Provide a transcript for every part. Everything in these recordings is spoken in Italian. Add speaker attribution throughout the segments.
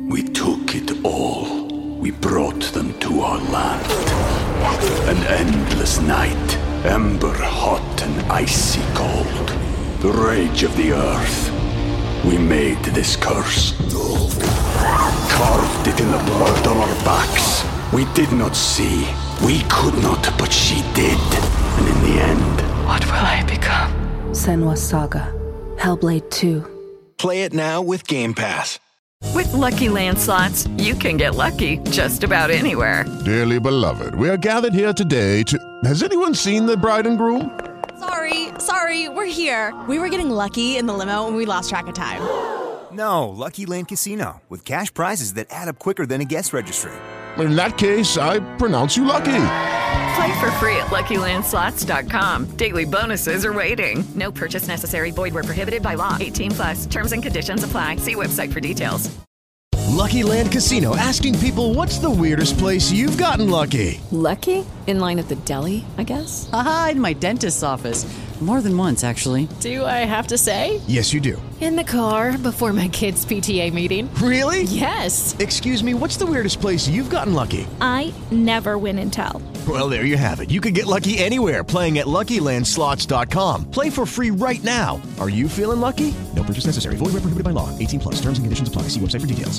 Speaker 1: We took it all. We brought them to our land. An endless night, ember hot and icy cold. The rage of the earth. We made this curse. Carved it in the blood on our backs. We did not see. We could not, but she did. And in the end...
Speaker 2: What will I become?
Speaker 3: Senua's Saga. Hellblade 2.
Speaker 4: Play it now with Game Pass.
Speaker 5: With Lucky Land Slots, you can get lucky just about anywhere.
Speaker 6: Dearly beloved, we are gathered here today to... Has anyone seen the bride and groom?
Speaker 7: Sorry, we're here. We were getting lucky in the limo and we lost track of time.
Speaker 8: No, Lucky Land Casino, with cash prizes that add up quicker than a guest registry.
Speaker 6: In that case, I pronounce you lucky.
Speaker 5: Play for free at LuckyLandSlots.com. Daily bonuses are waiting. No purchase necessary. Void where prohibited by law. 18+. Terms and conditions apply. See website for details.
Speaker 9: Lucky Land Casino, asking people, what's the weirdest place you've gotten lucky?
Speaker 10: Lucky? In line at the deli, I guess?
Speaker 11: Aha, in my dentist's office. More than once, actually.
Speaker 10: Do I have to say?
Speaker 9: Yes, you do.
Speaker 10: In the car before my kids' PTA meeting.
Speaker 9: Really?
Speaker 10: Yes.
Speaker 9: Excuse me, what's the weirdest place you've gotten lucky?
Speaker 12: I never win and tell.
Speaker 9: Well, there you have it. You can get lucky anywhere, playing at LuckyLandSlots.com. Play for free right now. Are you feeling lucky? No purchase necessary. Void where prohibited by law. 18+. Terms and conditions apply. See website for details.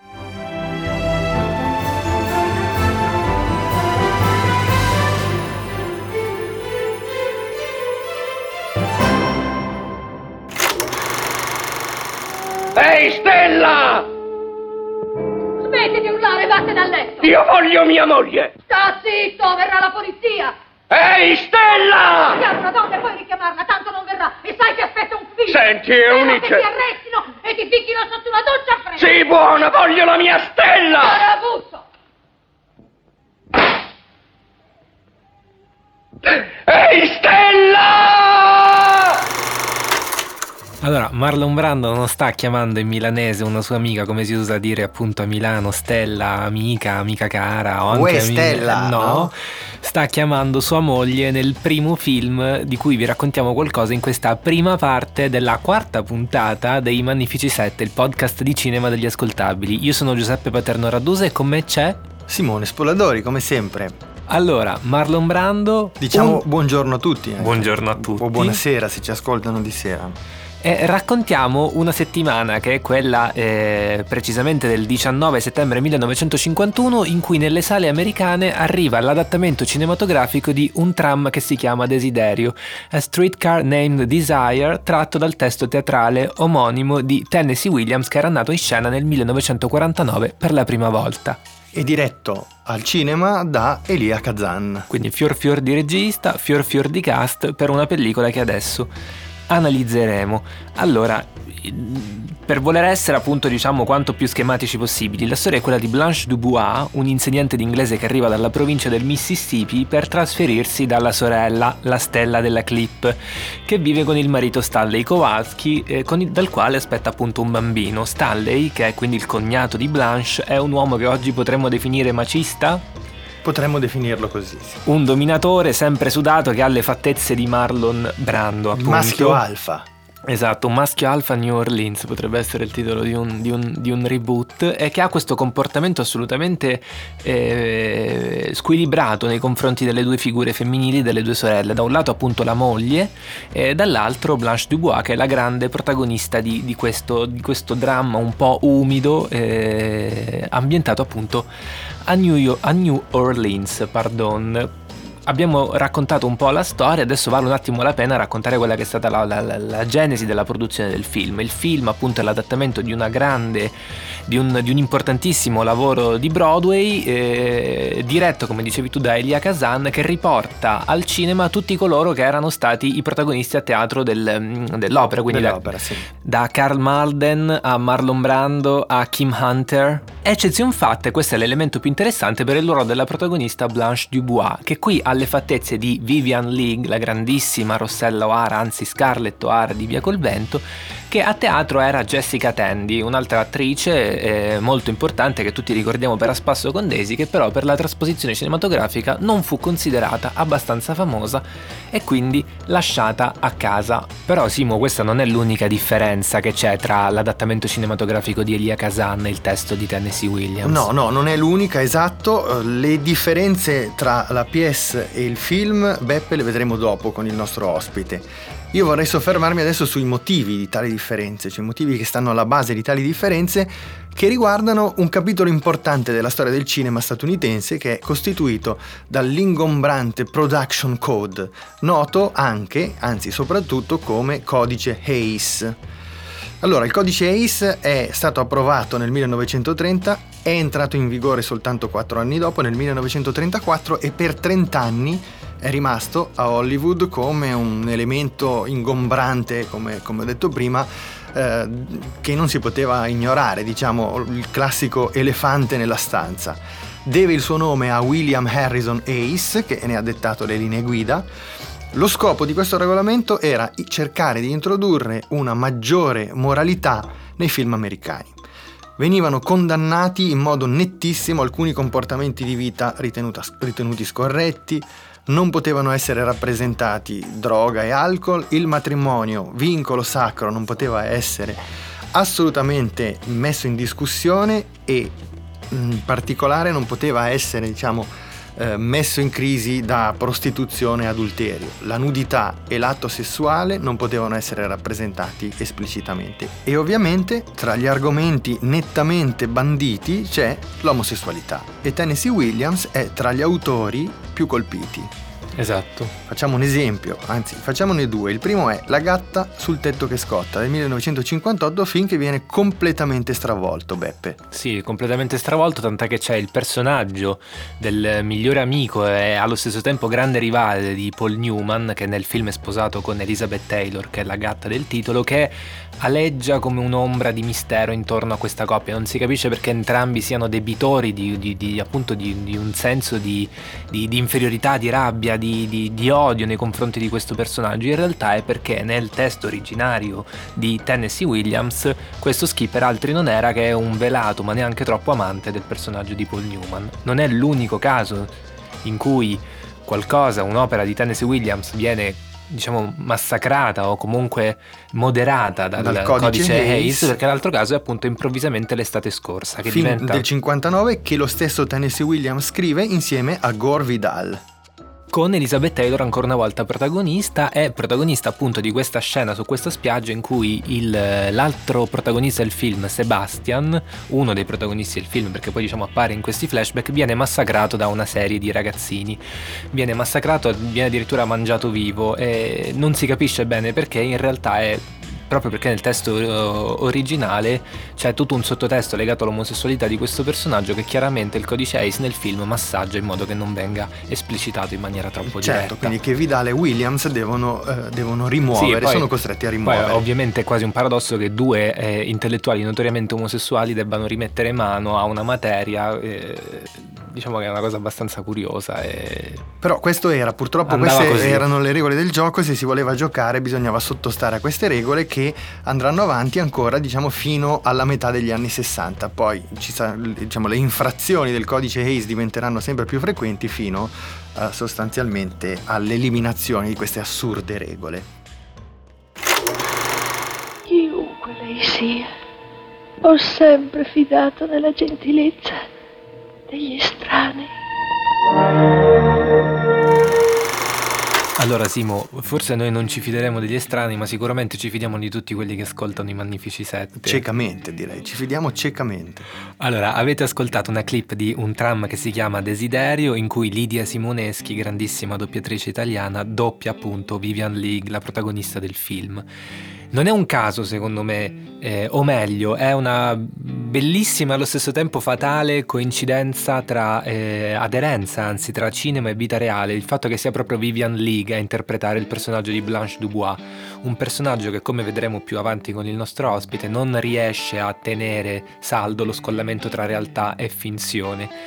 Speaker 13: Ehi, Stella!
Speaker 14: Smetti di urlare, vattene a letto!
Speaker 13: Io voglio mia moglie!
Speaker 14: Sta zitto, verrà la polizia!
Speaker 13: Ehi, Stella!
Speaker 14: Chiama una donna e poi richiamarla, tanto non verrà! E sai che aspetta un figlio!
Speaker 13: Senti,
Speaker 14: Spero
Speaker 13: Eunice!
Speaker 14: che ti arrestino e ti picchino sotto una doccia fredda!
Speaker 13: Sì, buona, voglio la mia Stella!
Speaker 14: Scarabuzzo!
Speaker 13: Ehi, Stella!
Speaker 15: Allora, Marlon Brando non sta chiamando in milanese una sua amica, come si usa dire appunto a Milano, Stella, amica cara, o anche
Speaker 16: Stella,
Speaker 15: no, sta chiamando sua moglie nel primo film di cui vi raccontiamo qualcosa in questa prima parte della quarta puntata dei Magnifici 7, il podcast di cinema degli ascoltabili. Io sono Giuseppe Paterno Raddusa e con me c'è
Speaker 16: Simone Spoladori, come sempre.
Speaker 15: Allora, Marlon Brando...
Speaker 16: Diciamo buongiorno a tutti.
Speaker 15: Buongiorno a tutti.
Speaker 16: O buonasera se ci ascoltano di sera.
Speaker 15: Raccontiamo una settimana che è quella precisamente del 19 settembre 1951 in cui nelle sale americane arriva l'adattamento cinematografico di Un tram che si chiama Desiderio, A Streetcar Named Desire, tratto dal testo teatrale omonimo di Tennessee Williams, che era nato in scena nel 1949 per la prima volta.
Speaker 16: E diretto al cinema da Elia Kazan.
Speaker 15: Quindi fior di regista, fior di cast per una pellicola che adesso analizzeremo. Allora, per voler essere appunto diciamo quanto più schematici possibili, la storia è quella di Blanche Dubois, un insegnante di inglese che arriva dalla provincia del Mississippi per trasferirsi dalla sorella, la Stella della Clip, che vive con il marito Stanley Kowalski, dal quale aspetta appunto un bambino. Stanley, che è quindi il cognato di Blanche, è un uomo che oggi potremmo definire macista?
Speaker 16: Potremmo definirlo così, sì.
Speaker 15: Un dominatore sempre sudato che ha le fattezze di Marlon Brando, appunto.
Speaker 16: Maschio alfa.
Speaker 15: Esatto, un maschio alfa New Orleans potrebbe essere il titolo di un reboot, e che ha questo comportamento assolutamente squilibrato nei confronti delle due figure femminili delle due sorelle. Da un lato appunto la moglie e dall'altro Blanche Dubois, che è la grande protagonista di questo dramma un po' umido, ambientato appunto a New Orleans, pardon. Abbiamo raccontato un po' la storia, adesso vale un attimo la pena raccontare quella che è stata la genesi della produzione del film. Il film appunto è l'adattamento di un importantissimo lavoro di Broadway, diretto, come dicevi tu, da Elia Kazan, che riporta al cinema tutti coloro che erano stati i protagonisti a teatro dell'opera, quindi
Speaker 16: sì.
Speaker 15: Da Karl Malden a Marlon Brando a Kim Hunter. Eccezion fatta, questo è l'elemento più interessante, per il ruolo della protagonista Blanche Dubois, che qui ha le fattezze di Vivian Leigh, la grandissima Rossella O'Hara, anzi Scarlett O'Hara di Via col Vento, che che a teatro era Jessica Tandy, un'altra attrice molto importante che tutti ricordiamo per A spasso con Daisy, che però per la trasposizione cinematografica non fu considerata abbastanza famosa e quindi lasciata a casa. Però Simo, questa non è l'unica differenza che c'è tra l'adattamento cinematografico di Elia Kazan e il testo di Tennessee Williams.
Speaker 16: No, non è l'unica, esatto. Le differenze tra la pièce e il film, Beppe, le vedremo dopo con il nostro ospite. Io vorrei soffermarmi adesso sui motivi di tali differenze, cioè i motivi che stanno alla base di tali differenze, che riguardano un capitolo importante della storia del cinema statunitense, che è costituito dall'ingombrante Production Code, noto anche, anzi soprattutto, come codice Hays. Allora, il codice Hays è stato approvato nel 1930, è entrato in vigore soltanto 4 anni dopo, nel 1934, e per 30 anni è rimasto a Hollywood come un elemento ingombrante, come ho detto prima, che non si poteva ignorare, diciamo, il classico elefante nella stanza. Deve il suo nome a William Harrison Hays, che ne ha dettato le linee guida. Lo scopo di questo regolamento era cercare di introdurre una maggiore moralità nei film americani. Venivano condannati in modo nettissimo alcuni comportamenti di vita ritenuti scorretti, non potevano essere rappresentati droga e alcol, il matrimonio, vincolo sacro, non poteva essere assolutamente messo in discussione e in particolare non poteva essere, messo in crisi da prostituzione e adulterio. La nudità e l'atto sessuale non potevano essere rappresentati esplicitamente. E ovviamente tra gli argomenti nettamente banditi c'è l'omosessualità. E Tennessee Williams è tra gli autori più colpiti.
Speaker 15: Esatto.
Speaker 16: Facciamo un esempio, anzi facciamone due. Il primo è La gatta sul tetto che scotta del 1958, film che viene completamente stravolto, Beppe.
Speaker 15: Sì, completamente stravolto, tant'è che c'è il personaggio del migliore amico e allo stesso tempo grande rivale di Paul Newman, che nel film è sposato con Elizabeth Taylor, che è la gatta del titolo, che aleggia come un'ombra di mistero intorno a questa coppia. Non si capisce perché entrambi siano debitori di un senso di inferiorità, di rabbia, di odio nei confronti di questo personaggio. In realtà è perché nel testo originario di Tennessee Williams questo skipper altri non era che un velato ma neanche troppo amante del personaggio di Paul Newman. Non è l'unico caso in cui un'opera di Tennessee Williams viene massacrata o comunque moderata dal codice Hays, perché l'altro caso è appunto Improvvisamente l'estate scorsa, che
Speaker 16: film
Speaker 15: diventa
Speaker 16: del 59 che lo stesso Tennessee Williams scrive insieme a Gore Vidal,
Speaker 15: con Elizabeth Taylor ancora una volta protagonista appunto di questa scena su questa spiaggia in cui l'altro protagonista del film, Sebastian, uno dei protagonisti del film perché poi appare in questi flashback, viene massacrato da una serie di ragazzini. Viene addirittura mangiato vivo e non si capisce bene perché. In realtà è proprio perché nel testo originale c'è tutto un sottotesto legato all'omosessualità di questo personaggio che chiaramente il codice Hays nel film massaggia in modo che non venga esplicitato in maniera troppo diretta.
Speaker 16: Certo, quindi che Vidal e Williams devono rimuovere, poi, sono costretti a rimuovere.
Speaker 15: Poi ovviamente è quasi un paradosso che due intellettuali notoriamente omosessuali debbano rimettere mano a una materia, diciamo che è una cosa abbastanza curiosa.
Speaker 16: Però questo era, purtroppo queste erano le regole del gioco, e se si voleva giocare bisognava sottostare a queste regole che andranno avanti ancora fino alla metà degli anni 60. Poi le infrazioni del codice Hays diventeranno sempre più frequenti fino sostanzialmente all'eliminazione di queste assurde regole.
Speaker 2: Chiunque lei sia, ho sempre fidato nella gentilezza degli estranei.
Speaker 15: Allora Simo, forse noi non ci fideremo degli estranei, ma sicuramente ci fidiamo di tutti quelli che ascoltano i Magnifici 7.
Speaker 16: Ciecamente, direi, ci fidiamo ciecamente.
Speaker 15: Allora, avete ascoltato una clip di un tram che si chiama Desiderio, in cui Lidia Simoneschi, grandissima doppiatrice italiana, doppia appunto Vivian Leigh, la protagonista del film. Non è un caso, secondo me, o meglio, è una bellissima e allo stesso tempo fatale coincidenza tra aderenza, anzi, tra cinema e vita reale, il fatto che sia proprio Vivian Leigh a interpretare il personaggio di Blanche Dubois, un personaggio che, come vedremo più avanti con il nostro ospite, non riesce a tenere saldo lo scollamento tra realtà e finzione.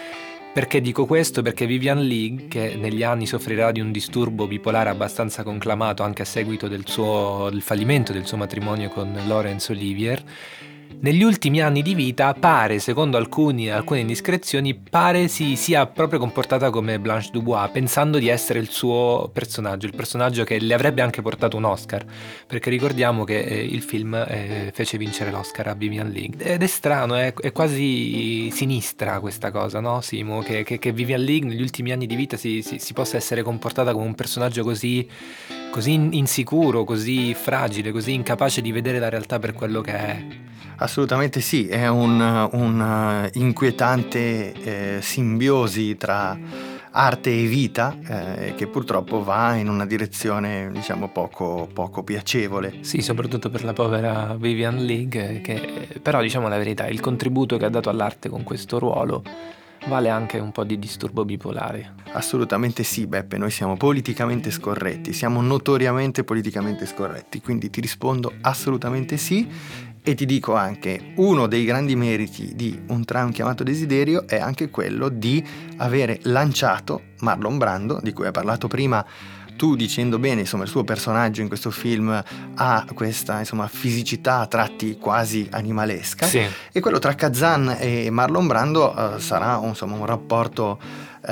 Speaker 15: Perché dico questo? Perché Vivien Leigh, che negli anni soffrirà di un disturbo bipolare abbastanza conclamato anche a seguito del fallimento del suo matrimonio con Laurence Olivier, negli ultimi anni di vita pare, secondo alcune indiscrezioni, pare si sia proprio comportata come Blanche Dubois, pensando di essere il suo personaggio, il personaggio che le avrebbe anche portato un Oscar, perché ricordiamo che il film fece vincere l'Oscar a Vivien Leigh. Ed è strano, è quasi sinistra questa cosa, no Simo? Che Vivien Leigh negli ultimi anni di vita si possa essere comportata come un personaggio così insicuro, così fragile, così incapace di vedere la realtà per quello che è.
Speaker 16: Assolutamente sì, è un inquietante simbiosi tra arte e vita che purtroppo va in una direzione, diciamo, poco piacevole.
Speaker 15: Sì, soprattutto per la povera Vivien Leigh, che però, diciamo la verità, il contributo che ha dato all'arte con questo ruolo vale anche un po' di disturbo bipolare.
Speaker 16: Assolutamente sì, Beppe, noi siamo politicamente scorretti, siamo notoriamente politicamente scorretti, quindi ti rispondo assolutamente sì. E ti dico anche, uno dei grandi meriti di Un tram chiamato Desiderio è anche quello di avere lanciato Marlon Brando, di cui hai parlato prima tu dicendo bene, insomma, il suo personaggio in questo film ha questa, insomma, fisicità a tratti quasi animalesca.
Speaker 15: Sì.
Speaker 16: E quello tra Kazan e Marlon Brando sarà, insomma, un rapporto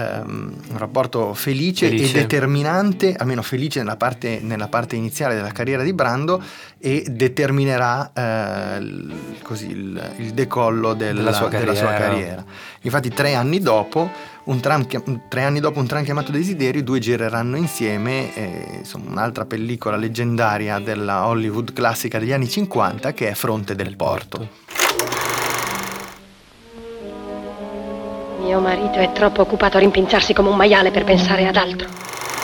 Speaker 16: felice e determinante, almeno felice nella parte iniziale della carriera di Brando, e determinerà il decollo della sua carriera. Infatti 3 anni dopo Un tram chiamato Desiderio, i due gireranno insieme insomma, un'altra pellicola leggendaria della Hollywood classica degli anni 50, che è Fronte del Porto.
Speaker 2: Mio marito è troppo occupato a rimpinzarsi come un maiale per pensare ad altro.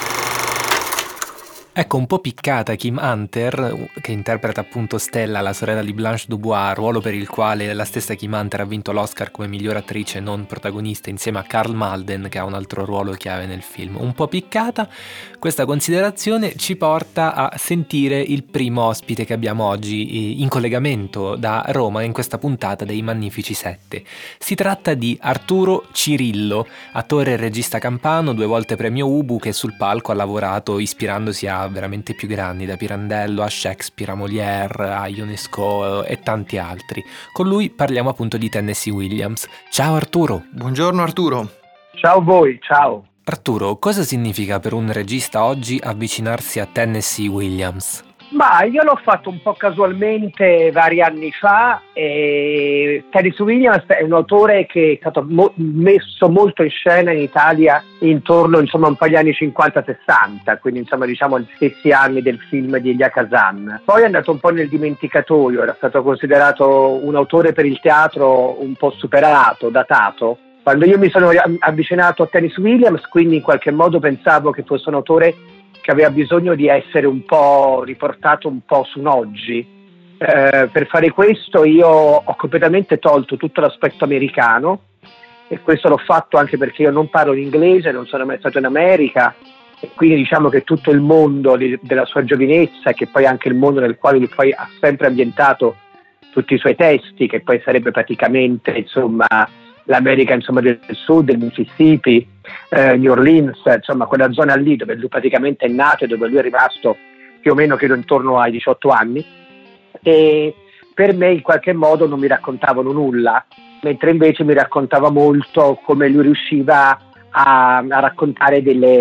Speaker 15: Ecco, un po' piccata Kim Hunter, che interpreta appunto Stella, la sorella di Blanche Dubois, ruolo per il quale la stessa Kim Hunter ha vinto l'Oscar come miglior attrice non protagonista insieme a Karl Malden, che ha un altro ruolo chiave nel film. Un po' piccata, questa considerazione ci porta a sentire il primo ospite che abbiamo oggi in collegamento da Roma in questa puntata dei Magnifici 7. Si tratta di Arturo Cirillo, attore e regista campano, 2 volte premio Ubu, che sul palco ha lavorato ispirandosi a veramente più grandi, da Pirandello a Shakespeare, a Molière, a Ionesco e tanti altri. Con lui parliamo appunto di Tennessee Williams. Ciao Arturo.
Speaker 16: Buongiorno Arturo.
Speaker 17: Ciao a voi, ciao.
Speaker 15: Arturo, cosa significa per un regista oggi avvicinarsi a Tennessee Williams?
Speaker 17: Ma io l'ho fatto un po' casualmente vari anni fa. Tennessee Williams è un autore che è stato messo molto in scena in Italia intorno, insomma, un po' agli anni 50-60, quindi insomma diciamo gli stessi anni del film di Elia Kazan. Poi è andato un po' nel dimenticatoio, era stato considerato un autore per il teatro un po' superato, datato. Quando io mi sono avvicinato a Tennessee Williams, quindi in qualche modo pensavo che fosse un autore che aveva bisogno di essere un po' riportato un po' su un oggi. Per fare questo io ho completamente tolto tutto l'aspetto americano, e questo l'ho fatto anche perché io non parlo l'inglese, non sono mai stato in America, e quindi diciamo che tutto il mondo della sua giovinezza, che poi anche il mondo nel quale lui poi ha sempre ambientato tutti i suoi testi, che poi sarebbe praticamente insomma l'America insomma del Sud, del Mississippi, New Orleans, insomma quella zona lì dove lui praticamente è nato e dove lui è rimasto più o meno credo intorno ai 18 anni, e per me in qualche modo non mi raccontavano nulla, mentre invece mi raccontava molto come lui riusciva a raccontare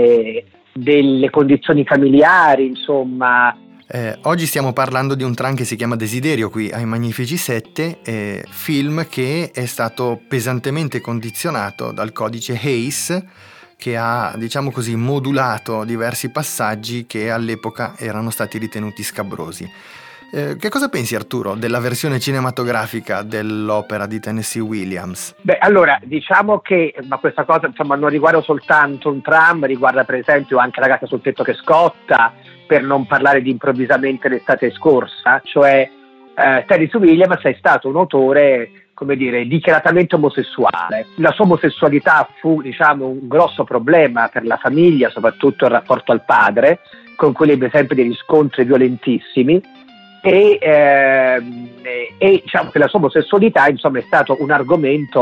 Speaker 17: delle condizioni familiari, insomma.
Speaker 16: Oggi stiamo parlando di Un tram che si chiama Desiderio qui ai Magnifici 7, film che è stato pesantemente condizionato dal codice Hays, che ha, diciamo così, modulato diversi passaggi che all'epoca erano stati ritenuti scabrosi. Che cosa pensi, Arturo, della versione cinematografica dell'opera di Tennessee Williams?
Speaker 17: Beh, allora, diciamo che ma questa cosa insomma non riguarda soltanto Un tram, riguarda per esempio anche La gatta sul tetto che scotta, per non parlare di Improvvisamente l'estate scorsa, cioè Tennessee Williams è stato un autore, come dire, dichiaratamente omosessuale. La sua omosessualità fu, diciamo, un grosso problema per la famiglia, soprattutto il rapporto al padre, con cui ebbe sempre degli scontri violentissimi, e diciamo che la sua omosessualità insomma è stato un argomento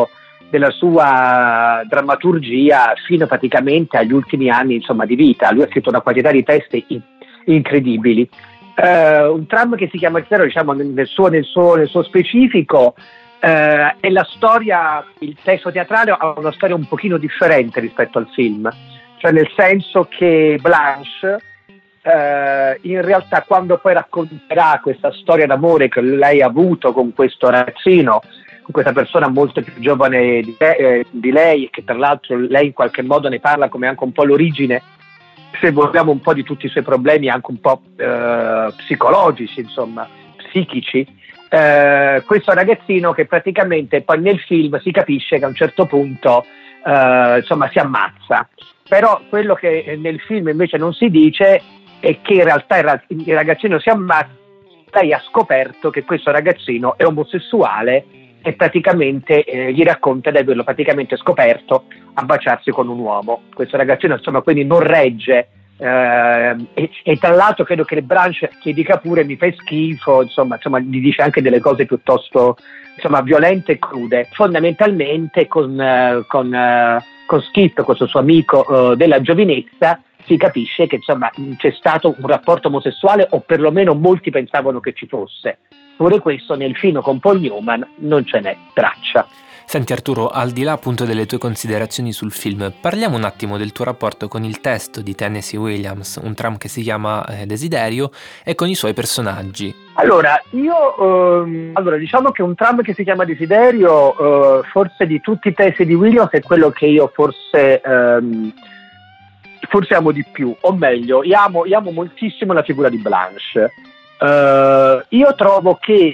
Speaker 17: sua drammaturgia fino praticamente agli ultimi anni, insomma, di vita. Lui ha scritto una quantità di testi incredibili. Un tram che si chiama Zero, diciamo, nel suo specifico, è la storia, il testo teatrale ha una storia un pochino differente rispetto al film, cioè nel senso che Blanche in realtà, quando poi racconterà questa storia d'amore che lei ha avuto con questo ragazzino, con questa persona molto più giovane di lei, e che tra l'altro lei in qualche modo ne parla come anche un po' l'origine, se vogliamo, un po' di tutti i suoi problemi anche un po' psicologici, insomma, psichici, questo ragazzino che praticamente poi nel film si capisce che a un certo punto insomma si ammazza. Però quello che nel film invece non si dice è che in realtà il ragazzino si ammazza, lei ha scoperto che questo ragazzino è omosessuale e praticamente gli racconta di averlo praticamente scoperto a baciarsi con un uomo. Questo ragazzino, insomma, quindi non regge, e tra l'altro credo che Blanche gli dica pure mi fai schifo, insomma gli dice anche delle cose piuttosto, insomma, violente e crude. Fondamentalmente con Skip, questo suo amico della giovinezza, si capisce che insomma c'è stato un rapporto omosessuale, o perlomeno molti pensavano che ci fosse. Pure questo nel film con Paul Newman non ce n'è traccia.
Speaker 15: Senti Arturo, al di là appunto delle tue considerazioni sul film, parliamo un attimo del tuo rapporto con il testo di Tennessee Williams, Un tram che si chiama Desiderio, e con i suoi personaggi.
Speaker 17: Allora, diciamo che Un tram che si chiama Desiderio, forse di tutti i testi di Williams è quello che io forse amo di più, o meglio, io amo moltissimo la figura di Blanche. Io trovo che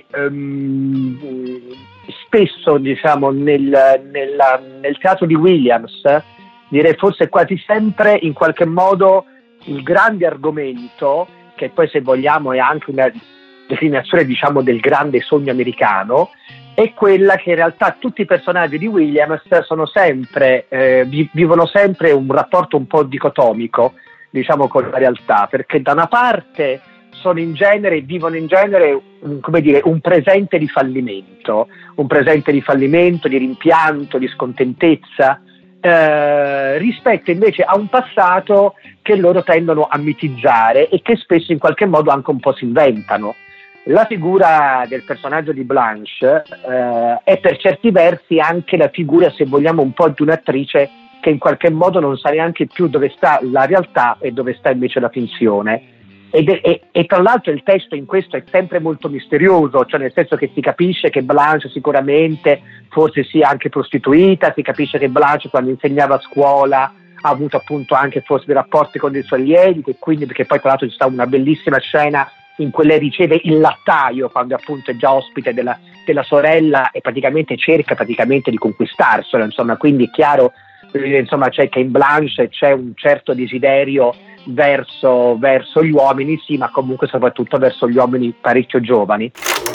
Speaker 17: spesso, diciamo, nel teatro di Williams, direi forse quasi sempre, in qualche modo il grande argomento, che poi se vogliamo è anche una definizione, diciamo, del grande sogno americano, è quella che in realtà tutti i personaggi di Williams sono sempre vivono sempre un rapporto un po' dicotomico, diciamo, con la realtà, perché da una parte vivono in genere, come dire, un presente di fallimento, di rimpianto, di scontentezza, rispetto invece a un passato che loro tendono a mitizzare e che spesso in qualche modo anche un po' si inventano. La figura del personaggio di Blanche è per certi versi anche la figura, se vogliamo, un po' di un'attrice che in qualche modo non sa neanche più dove sta la realtà e dove sta invece la finzione. E tra l'altro il testo in questo è sempre molto misterioso, cioè nel senso che si capisce che Blanche sicuramente forse sia anche prostituita, si capisce che Blanche quando insegnava a scuola ha avuto appunto anche forse dei rapporti con dei suoi allievi, che quindi, perché poi tra l'altro ci sta una bellissima scena in cui lei riceve il lattaio quando appunto è già ospite della sorella e praticamente cerca di conquistarselo, insomma, quindi è chiaro, insomma, c'è che in Blanche c'è un certo desiderio verso gli uomini, sì, ma comunque soprattutto verso gli uomini parecchio giovani.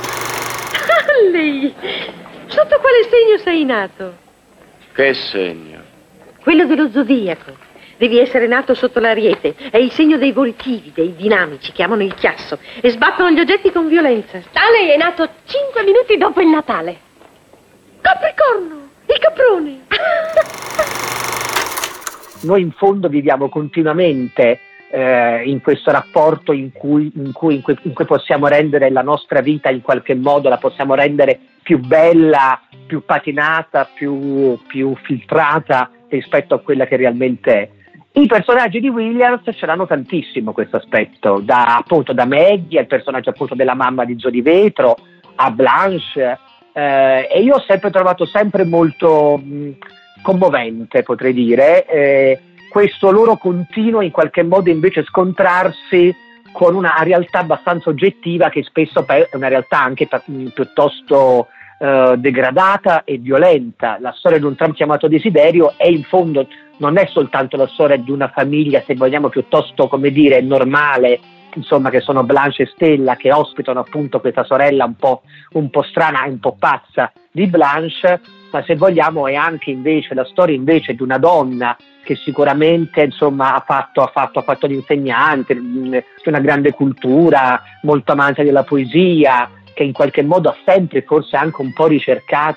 Speaker 2: Lei, sotto quale segno sei nato?
Speaker 13: Che segno?
Speaker 2: Quello dello zodiaco. Devi essere nato sotto l'Ariete. È il segno dei volitivi, dei dinamici, che amano il chiasso e sbattono gli oggetti con violenza.
Speaker 14: Stanley è nato 5 minuti dopo il Natale.
Speaker 2: Capricorno, il caprone.
Speaker 17: Noi in fondo viviamo continuamente in questo rapporto in cui possiamo rendere la nostra vita, in qualche modo la possiamo rendere più bella, più patinata, più filtrata rispetto a quella che realmente è. I personaggi di Williams ce l'hanno tantissimo questo aspetto, da Maggie al personaggio appunto della mamma di Zo di Vetro, a Blanche, e io ho sempre trovato molto commovente, potrei dire, questo loro continuo in qualche modo invece scontrarsi con una realtà abbastanza oggettiva, che spesso è una realtà anche piuttosto degradata e violenta. La storia di Un tram chiamato Desiderio è in fondo, non è soltanto la storia di una famiglia, se vogliamo, piuttosto, come dire, normale, insomma, che sono Blanche e Stella, che ospitano appunto questa sorella un po' strana e un po' pazza di Blanche, ma se vogliamo è anche invece la storia invece di una donna che sicuramente, insomma, ha fatto l'insegnante, di una grande cultura, molto amante della poesia, che in qualche modo ha sempre forse anche un po' ricercato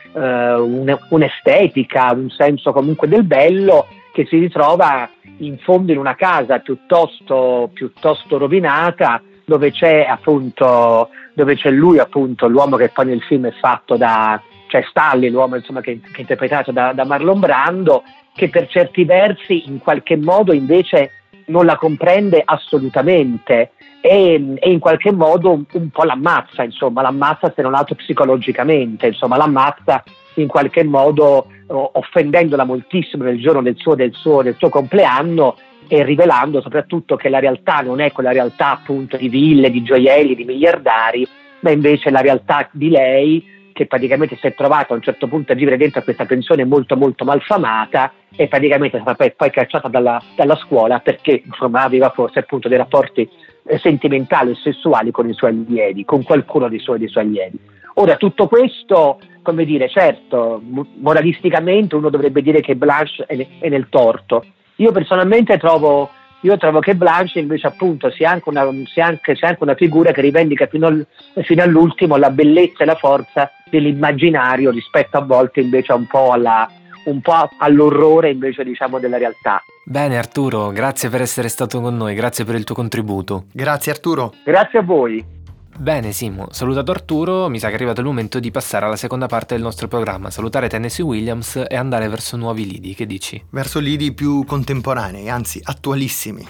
Speaker 17: un'estetica, un senso comunque del bello, che si ritrova in fondo in una casa piuttosto rovinata, dove c'è lui appunto, l'uomo che poi nel film è fatto cioè Stanley, l'uomo insomma che è interpretato da Marlon Brando, che per certi versi in qualche modo invece non la comprende assolutamente e in qualche modo un po' l'ammazza se non altro psicologicamente, insomma l'ammazza in qualche modo offendendola moltissimo nel giorno del suo compleanno e rivelando soprattutto che la realtà non è quella realtà appunto di ville, di gioielli, di miliardari, ma invece la realtà di lei, che praticamente si è trovata a un certo punto a vivere dentro questa pensione molto molto malfamata e praticamente è stata poi cacciata dalla scuola perché insomma aveva forse appunto dei rapporti sentimentali e sessuali con i suoi allievi, con qualcuno dei suoi allievi. Ora tutto questo, come dire, certo, moralisticamente uno dovrebbe dire che Blanche è nel torto. Io personalmente trovo che Blanche invece appunto sia anche una figura che rivendica fino all'ultimo la bellezza e la forza dell'immaginario rispetto a volte invece un po' all'orrore invece diciamo della realtà.
Speaker 15: Bene Arturo, grazie per essere stato con noi, grazie per il tuo contributo.
Speaker 16: Grazie Arturo.
Speaker 17: Grazie a voi.
Speaker 15: Bene Simo, salutato Arturo, mi sa che è arrivato il momento di passare alla seconda parte del nostro programma, salutare Tennessee Williams e andare verso nuovi lidi, che dici?
Speaker 16: Verso lidi più contemporanei, anzi attualissimi.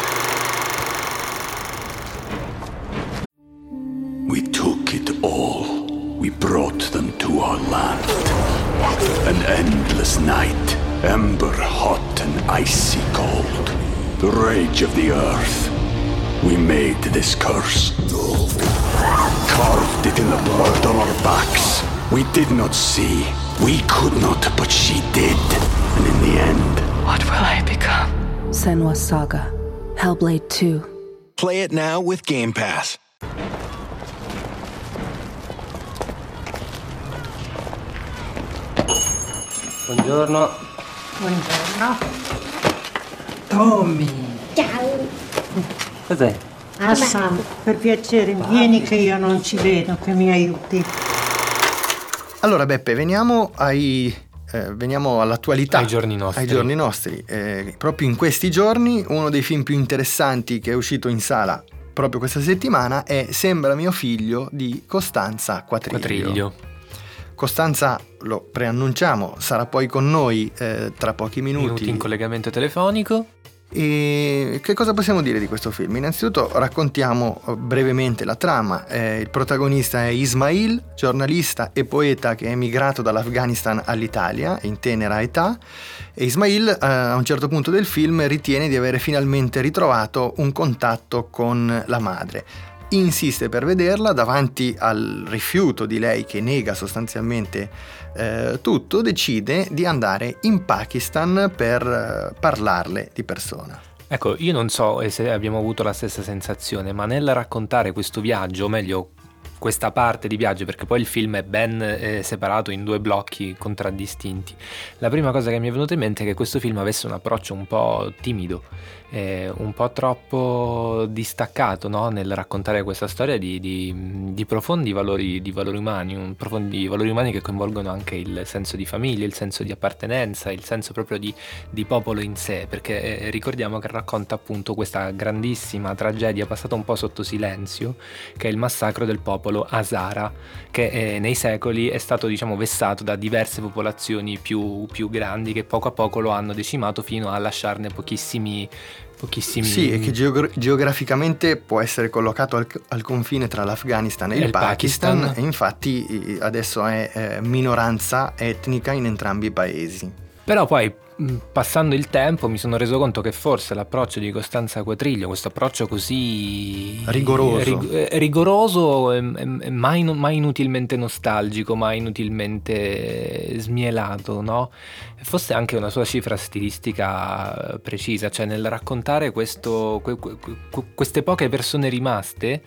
Speaker 1: We took it all. We brought them to our land. An endless night, ember hot and icy cold. The rage of the earth. We made this curse. Carved it in the blood on our backs. We did not see. We could not, but she did. And in the end,
Speaker 3: What will I become? Senua's Saga. Hellblade 2.
Speaker 4: Play it now with Game Pass.
Speaker 18: Buongiorno.
Speaker 19: Buongiorno. Tommy.
Speaker 18: Ciao. Cos'è?
Speaker 19: Hassan, per piacere, vieni che io non ci vedo, che mi aiuti.
Speaker 16: Allora Beppe, veniamo all'attualità.
Speaker 15: Ai giorni nostri.
Speaker 16: Proprio in questi giorni uno dei film più interessanti che è uscito in sala proprio questa settimana è Sembra mio figlio di Costanza Quatriglio. Costanza, lo preannunciamo, sarà poi con noi tra pochi minuti
Speaker 15: in collegamento telefonico.
Speaker 16: E che cosa possiamo dire di questo film? Innanzitutto raccontiamo brevemente la trama. Il protagonista è Ismail, giornalista e poeta che è emigrato dall'Afghanistan all'Italia in tenera età, e Ismail a un certo punto del film ritiene di avere finalmente ritrovato un contatto con la madre. Insiste per vederla, davanti al rifiuto di lei che nega sostanzialmente tutto, decide di andare in Pakistan per parlarle di persona.
Speaker 15: Ecco, io non so se abbiamo avuto la stessa sensazione, ma nel raccontare questo viaggio, o meglio questa parte di viaggio, perché poi il film è ben separato in due blocchi contraddistinti, la prima cosa che mi è venuta in mente è che questo film avesse un approccio un po' timido, un po' troppo distaccato, no? Nel raccontare questa storia di profondi valori umani, profondi valori umani che coinvolgono anche il senso di famiglia, il senso di appartenenza, il senso proprio di popolo in sé, perché ricordiamo che racconta appunto questa grandissima tragedia passata un po' sotto silenzio, che è il massacro del popolo Hazara, che nei secoli è stato vessato da diverse popolazioni più grandi, che poco a poco lo hanno decimato fino a lasciarne pochissimi.
Speaker 16: Sì, e che geograficamente può essere collocato al confine tra l'Afghanistan e il Pakistan, e infatti adesso è minoranza etnica in entrambi i paesi.
Speaker 15: Però poi, passando il tempo, mi sono reso conto che forse l'approccio di Costanza Quatriglio, questo approccio così rigoroso, mai inutilmente nostalgico, mai inutilmente smielato, no? Fosse anche una sua cifra stilistica precisa, cioè nel raccontare queste poche persone rimaste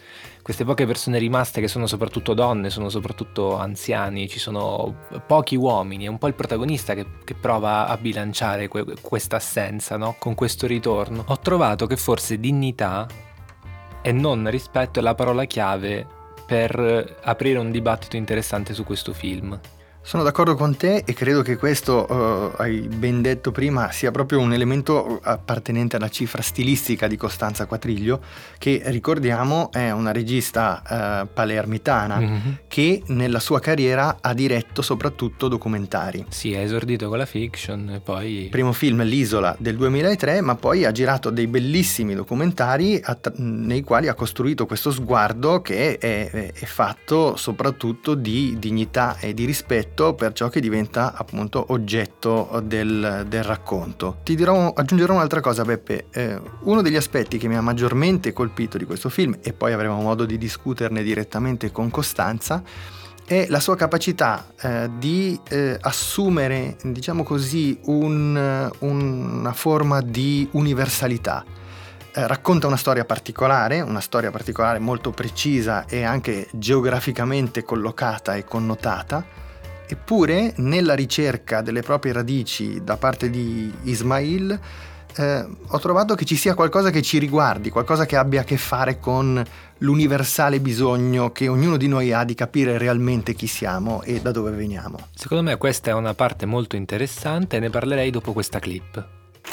Speaker 15: che sono soprattutto donne, sono soprattutto anziani, ci sono pochi uomini, è un po' il protagonista che prova a bilanciare questa assenza, no? Con questo ritorno. Ho trovato che forse dignità e non rispetto è la parola chiave per aprire un dibattito interessante su questo film.
Speaker 16: Sono d'accordo con te e credo che questo, hai ben detto prima, sia proprio un elemento appartenente alla cifra stilistica di Costanza Quatrillo, che ricordiamo è una regista palermitana che nella sua carriera ha diretto soprattutto documentari.
Speaker 15: Sì, ha esordito con la fiction e poi...
Speaker 16: Primo film L'Isola del 2003, ma poi ha girato dei bellissimi documentari nei quali ha costruito questo sguardo che è fatto soprattutto di dignità e di rispetto per ciò che diventa appunto oggetto del racconto. Aggiungerò un'altra cosa, Beppe. Uno degli aspetti che mi ha maggiormente colpito di questo film, e poi avremo modo di discuterne direttamente con Costanza, è la sua capacità di assumere, diciamo così, una forma di universalità. Racconta una storia particolare molto precisa e anche geograficamente collocata e connotata. Eppure nella ricerca delle proprie radici da parte di Ismail ho trovato che ci sia qualcosa che ci riguardi, qualcosa che abbia a che fare con l'universale bisogno che ognuno di noi ha di capire realmente chi siamo e da dove veniamo.
Speaker 15: Secondo me questa è una parte molto interessante e ne parlerei dopo questa clip.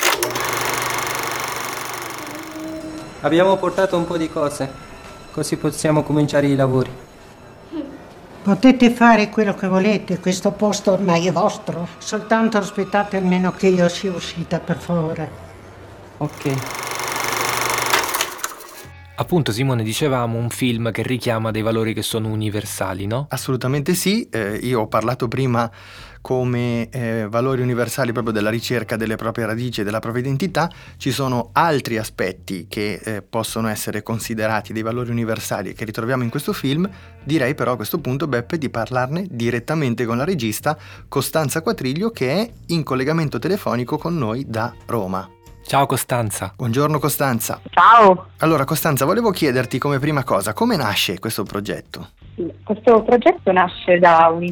Speaker 18: Abbiamo portato un po' di cose, così possiamo cominciare i lavori.
Speaker 19: Potete fare quello che volete, questo posto ormai è vostro. Soltanto aspettate almeno che io sia uscita, per favore.
Speaker 18: Ok.
Speaker 15: Appunto, Simone, dicevamo un film che richiama dei valori che sono universali, no?
Speaker 16: Assolutamente sì. Io ho parlato prima come valori universali proprio della ricerca delle proprie radici e della propria identità. Ci sono altri aspetti che possono essere considerati dei valori universali che ritroviamo in questo film. Direi però a questo punto, Beppe, di parlarne direttamente con la regista Costanza Quatrillo, che è in collegamento telefonico con noi da Roma.
Speaker 15: Ciao Costanza.
Speaker 16: Buongiorno Costanza.
Speaker 20: Ciao.
Speaker 16: Allora Costanza, volevo chiederti come prima cosa, come nasce questo progetto?
Speaker 20: Questo progetto nasce da un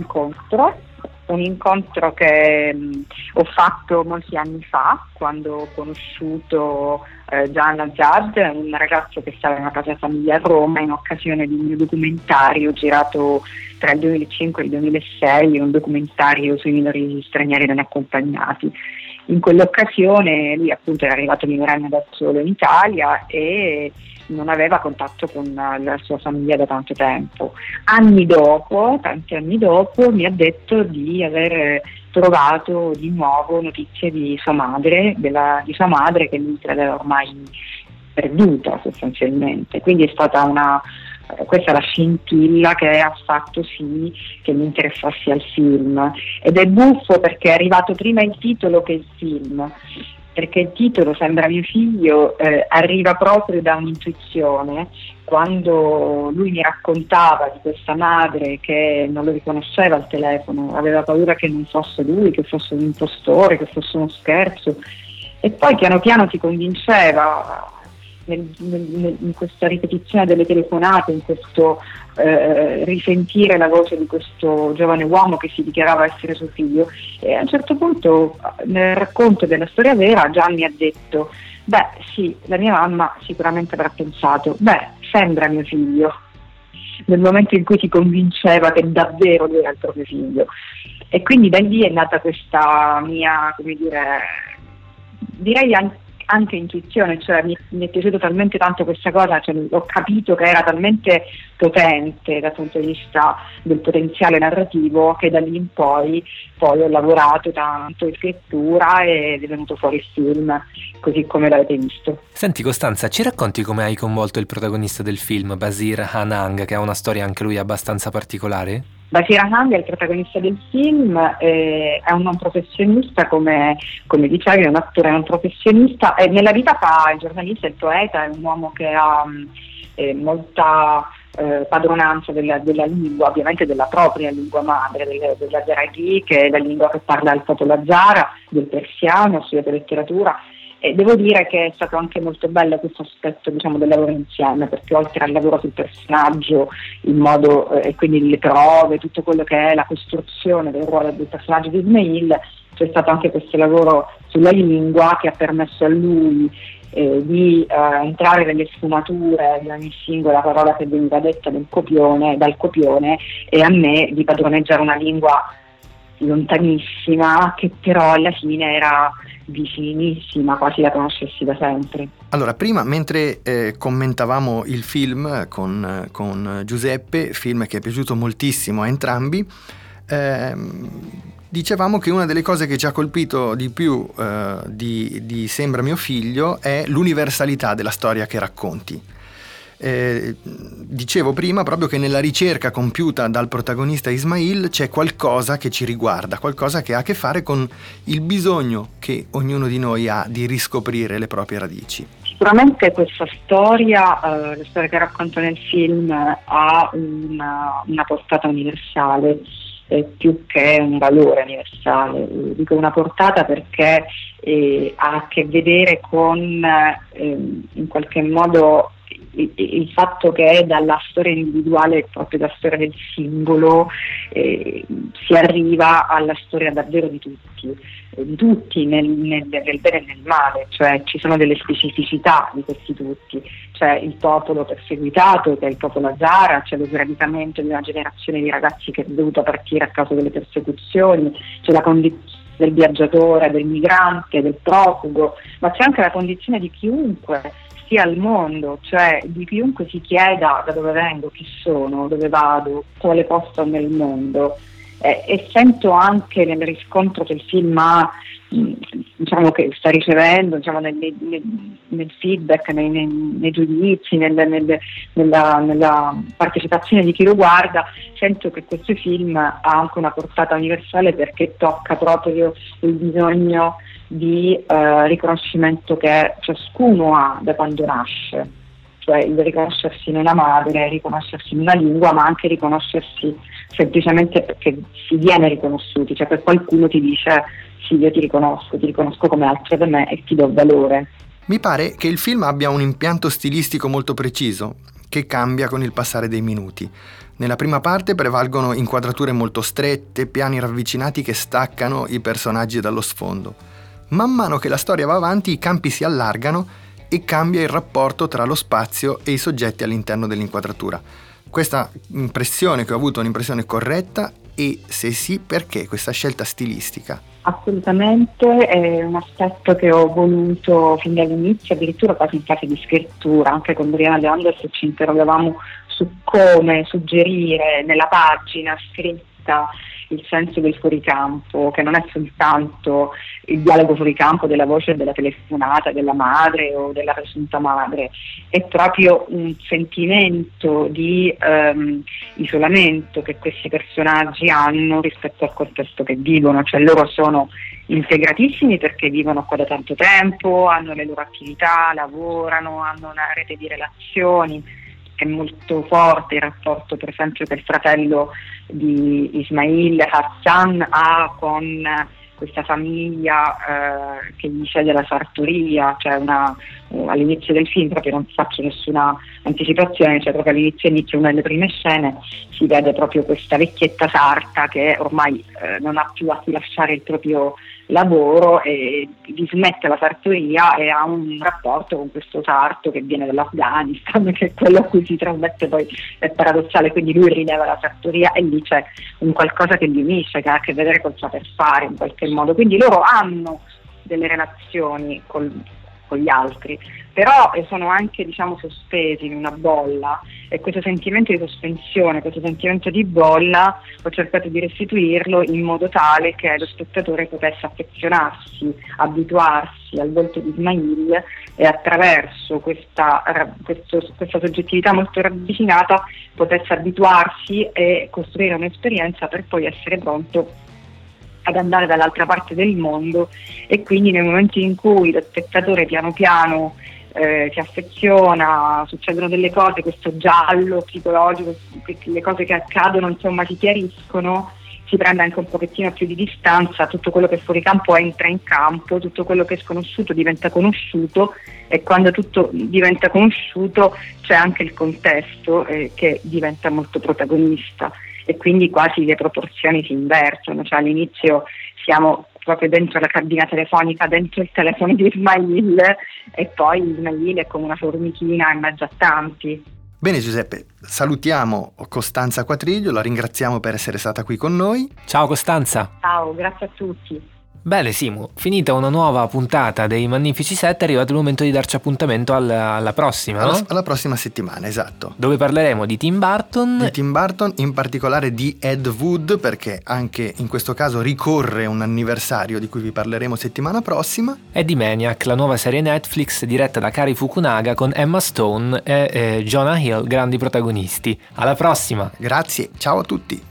Speaker 20: incontro che ho fatto molti anni fa, quando ho conosciuto Gian Azad, un ragazzo che stava in una casa famiglia a Roma in occasione di un mio documentario girato tra il 2005 e il 2006, un documentario sui minori stranieri non accompagnati. In quell'occasione lui appunto era arrivato minorenne da solo in Italia e non aveva contatto con la sua famiglia da tanto tempo. Tanti anni dopo, mi ha detto di aver trovato di nuovo notizie di sua madre, di sua madre che lui credeva ormai perduta sostanzialmente. Quindi è stata questa è la scintilla che ha fatto sì che mi interessassi al film, ed è buffo perché è arrivato prima il titolo che il film, perché il titolo Sembra mio figlio arriva proprio da un'intuizione. Quando lui mi raccontava di questa madre che non lo riconosceva al telefono, aveva paura che non fosse lui, che fosse un impostore, che fosse uno scherzo, e poi piano piano ti convinceva in questa ripetizione delle telefonate, in questo risentire la voce di questo giovane uomo che si dichiarava essere suo figlio. E a un certo punto, nel racconto della storia vera, Gian mi ha detto: beh sì, la mia mamma sicuramente avrà pensato, sembra mio figlio, nel momento in cui si convinceva che davvero lui era il proprio figlio. E quindi da lì è nata questa mia, direi anche intuizione, cioè mi è piaciuta talmente tanto questa cosa, cioè ho capito che era talmente potente dal punto di vista del potenziale narrativo, che da lì in poi ho lavorato tanto in scrittura ed è venuto fuori il film così come l'avete visto.
Speaker 15: Senti Costanza, ci racconti come hai coinvolto il protagonista del film, Basir Hanang, che ha una storia anche lui abbastanza particolare?
Speaker 20: Basir Hanang è il protagonista del film, è un non professionista, come dicevi, è un attore non professionista, e nella vita fa il giornalista, il poeta, è un uomo che ha molta padronanza della lingua, ovviamente della propria lingua madre, dell'Azaraghi, che è la lingua che parla il popolo azara, del persiano, ha studiato letteratura. E devo dire che è stato anche molto bello questo aspetto, del lavoro insieme, perché oltre al lavoro sul personaggio, e quindi le prove, tutto quello che è la costruzione del ruolo del personaggio di Ismail, c'è stato anche questo lavoro sulla lingua che ha permesso a lui di entrare nelle sfumature di ogni singola parola che veniva detta dal copione, e a me di padroneggiare una lingua lontanissima, che però alla fine era vicinissima, quasi la conoscessi da sempre.
Speaker 16: Allora, prima, mentre commentavamo il film con Giuseppe, film che è piaciuto moltissimo a entrambi, dicevamo che una delle cose che ci ha colpito di più di Sembra mio figlio è l'universalità della storia che racconti. Dicevo prima proprio che nella ricerca compiuta dal protagonista Ismail c'è qualcosa che ci riguarda, qualcosa che ha a che fare con il bisogno che ognuno di noi ha di riscoprire le proprie radici.
Speaker 20: Sicuramente questa storia, la storia che racconto nel film, ha una portata universale, più che un valore universale. Dico una portata perché ha a che vedere con in qualche modo il fatto che dalla storia individuale, proprio dalla storia del singolo, si arriva alla storia davvero di tutti nel bene e nel male, cioè ci sono delle specificità di questi tutti, c'è il popolo perseguitato che è il popolo Hazara, c'è lo sradicamento di una generazione di ragazzi che è dovuta partire a causa delle persecuzioni, c'è la condizione del viaggiatore, del migrante, del profugo, ma c'è anche la condizione di chiunque sia al mondo, cioè di chiunque si chieda da dove vengo, chi sono, dove vado, quale posto nel mondo, e sento anche nel riscontro che il film ha, diciamo, che sta ricevendo, diciamo, nel feedback, nei giudizi, nella partecipazione di chi lo guarda, sento che questo film ha anche una portata universale perché tocca proprio il bisogno di riconoscimento che ciascuno ha da quando nasce, cioè il riconoscersi in una madre, riconoscersi in una lingua, ma anche riconoscersi semplicemente perché si viene riconosciuti, cioè per qualcuno ti dice sì, io ti riconosco come altro da me e ti do valore.
Speaker 16: Mi pare che il film abbia un impianto stilistico molto preciso, che cambia con il passare dei minuti. Nella prima parte prevalgono inquadrature molto strette, piani ravvicinati che staccano i personaggi dallo sfondo. Man mano che la storia va avanti, i campi si allargano e cambia il rapporto tra lo spazio e i soggetti all'interno dell'inquadratura. Questa impressione che ho avuto è un'impressione corretta, e se sì, perché questa scelta stilistica?
Speaker 20: Assolutamente, è un aspetto che ho voluto fin dall'inizio, addirittura quasi in fase di scrittura. Anche con Brianna De Anders ci interrogavamo su come suggerire nella pagina scritta il senso del fuoricampo, che non è soltanto il dialogo fuoricampo della voce della telefonata della madre o della presunta madre, è proprio un sentimento di isolamento che questi personaggi hanno rispetto al contesto che vivono, cioè loro sono integratissimi perché vivono qua da tanto tempo, hanno le loro attività, lavorano, hanno una rete di relazioni. È molto forte il rapporto, per esempio, che il fratello di Ismail, Hassan, ha con questa famiglia che gli cede la sartoria, cioè all'inizio del film, proprio non faccio nessuna anticipazione, cioè proprio all'inizio una delle prime scene si vede proprio questa vecchietta sarta che ormai non ha più a cui lasciare il proprio lavoro e dismette la sartoria e ha un rapporto con questo sarto che viene dall'Afghanistan, che è quello a cui si trasmette, poi è paradossale, quindi lui rileva la sartoria e lì c'è un qualcosa che li unisce, che ha a che vedere col saper fare in qualche modo, quindi loro hanno delle relazioni con gli altri, però sono anche, diciamo, sospesi in una bolla, e questo sentimento di sospensione, questo sentimento di bolla ho cercato di restituirlo in modo tale che lo spettatore potesse affezionarsi, abituarsi al volto di Ismail e attraverso questa soggettività molto ravvicinata potesse abituarsi e costruire un'esperienza per poi essere pronto ad andare dall'altra parte del mondo, e quindi nel momento in cui lo spettatore piano piano si affeziona, succedono delle cose, questo giallo psicologico, le cose che accadono insomma si chiariscono, si prende anche un pochettino più di distanza, tutto quello che è fuori campo entra in campo, tutto quello che è sconosciuto diventa conosciuto, e quando tutto diventa conosciuto c'è anche il contesto che diventa molto protagonista, e quindi quasi le proporzioni si invertono, cioè all'inizio siamo proprio dentro la cabina telefonica, dentro il telefono di Ismail, e poi Ismail è come una formichina in mezzo a tanti.
Speaker 16: Bene Giuseppe, salutiamo Costanza Quatriglio, la ringraziamo per essere stata qui con noi.
Speaker 15: Ciao Costanza.
Speaker 20: Ciao, grazie a tutti.
Speaker 15: Bene Simo, finita una nuova puntata dei Magnifici 7, è arrivato il momento di darci appuntamento alla prossima, no?
Speaker 16: Alla prossima settimana, esatto.
Speaker 15: Dove parleremo di Tim Burton.
Speaker 16: Di Tim Burton, in particolare di Ed Wood, perché anche in questo caso ricorre un anniversario di cui vi parleremo settimana prossima.
Speaker 15: E di Maniac, la nuova serie Netflix diretta da Cary Fukunaga con Emma Stone e Jonah Hill grandi protagonisti. Alla prossima!
Speaker 16: Grazie, ciao a tutti!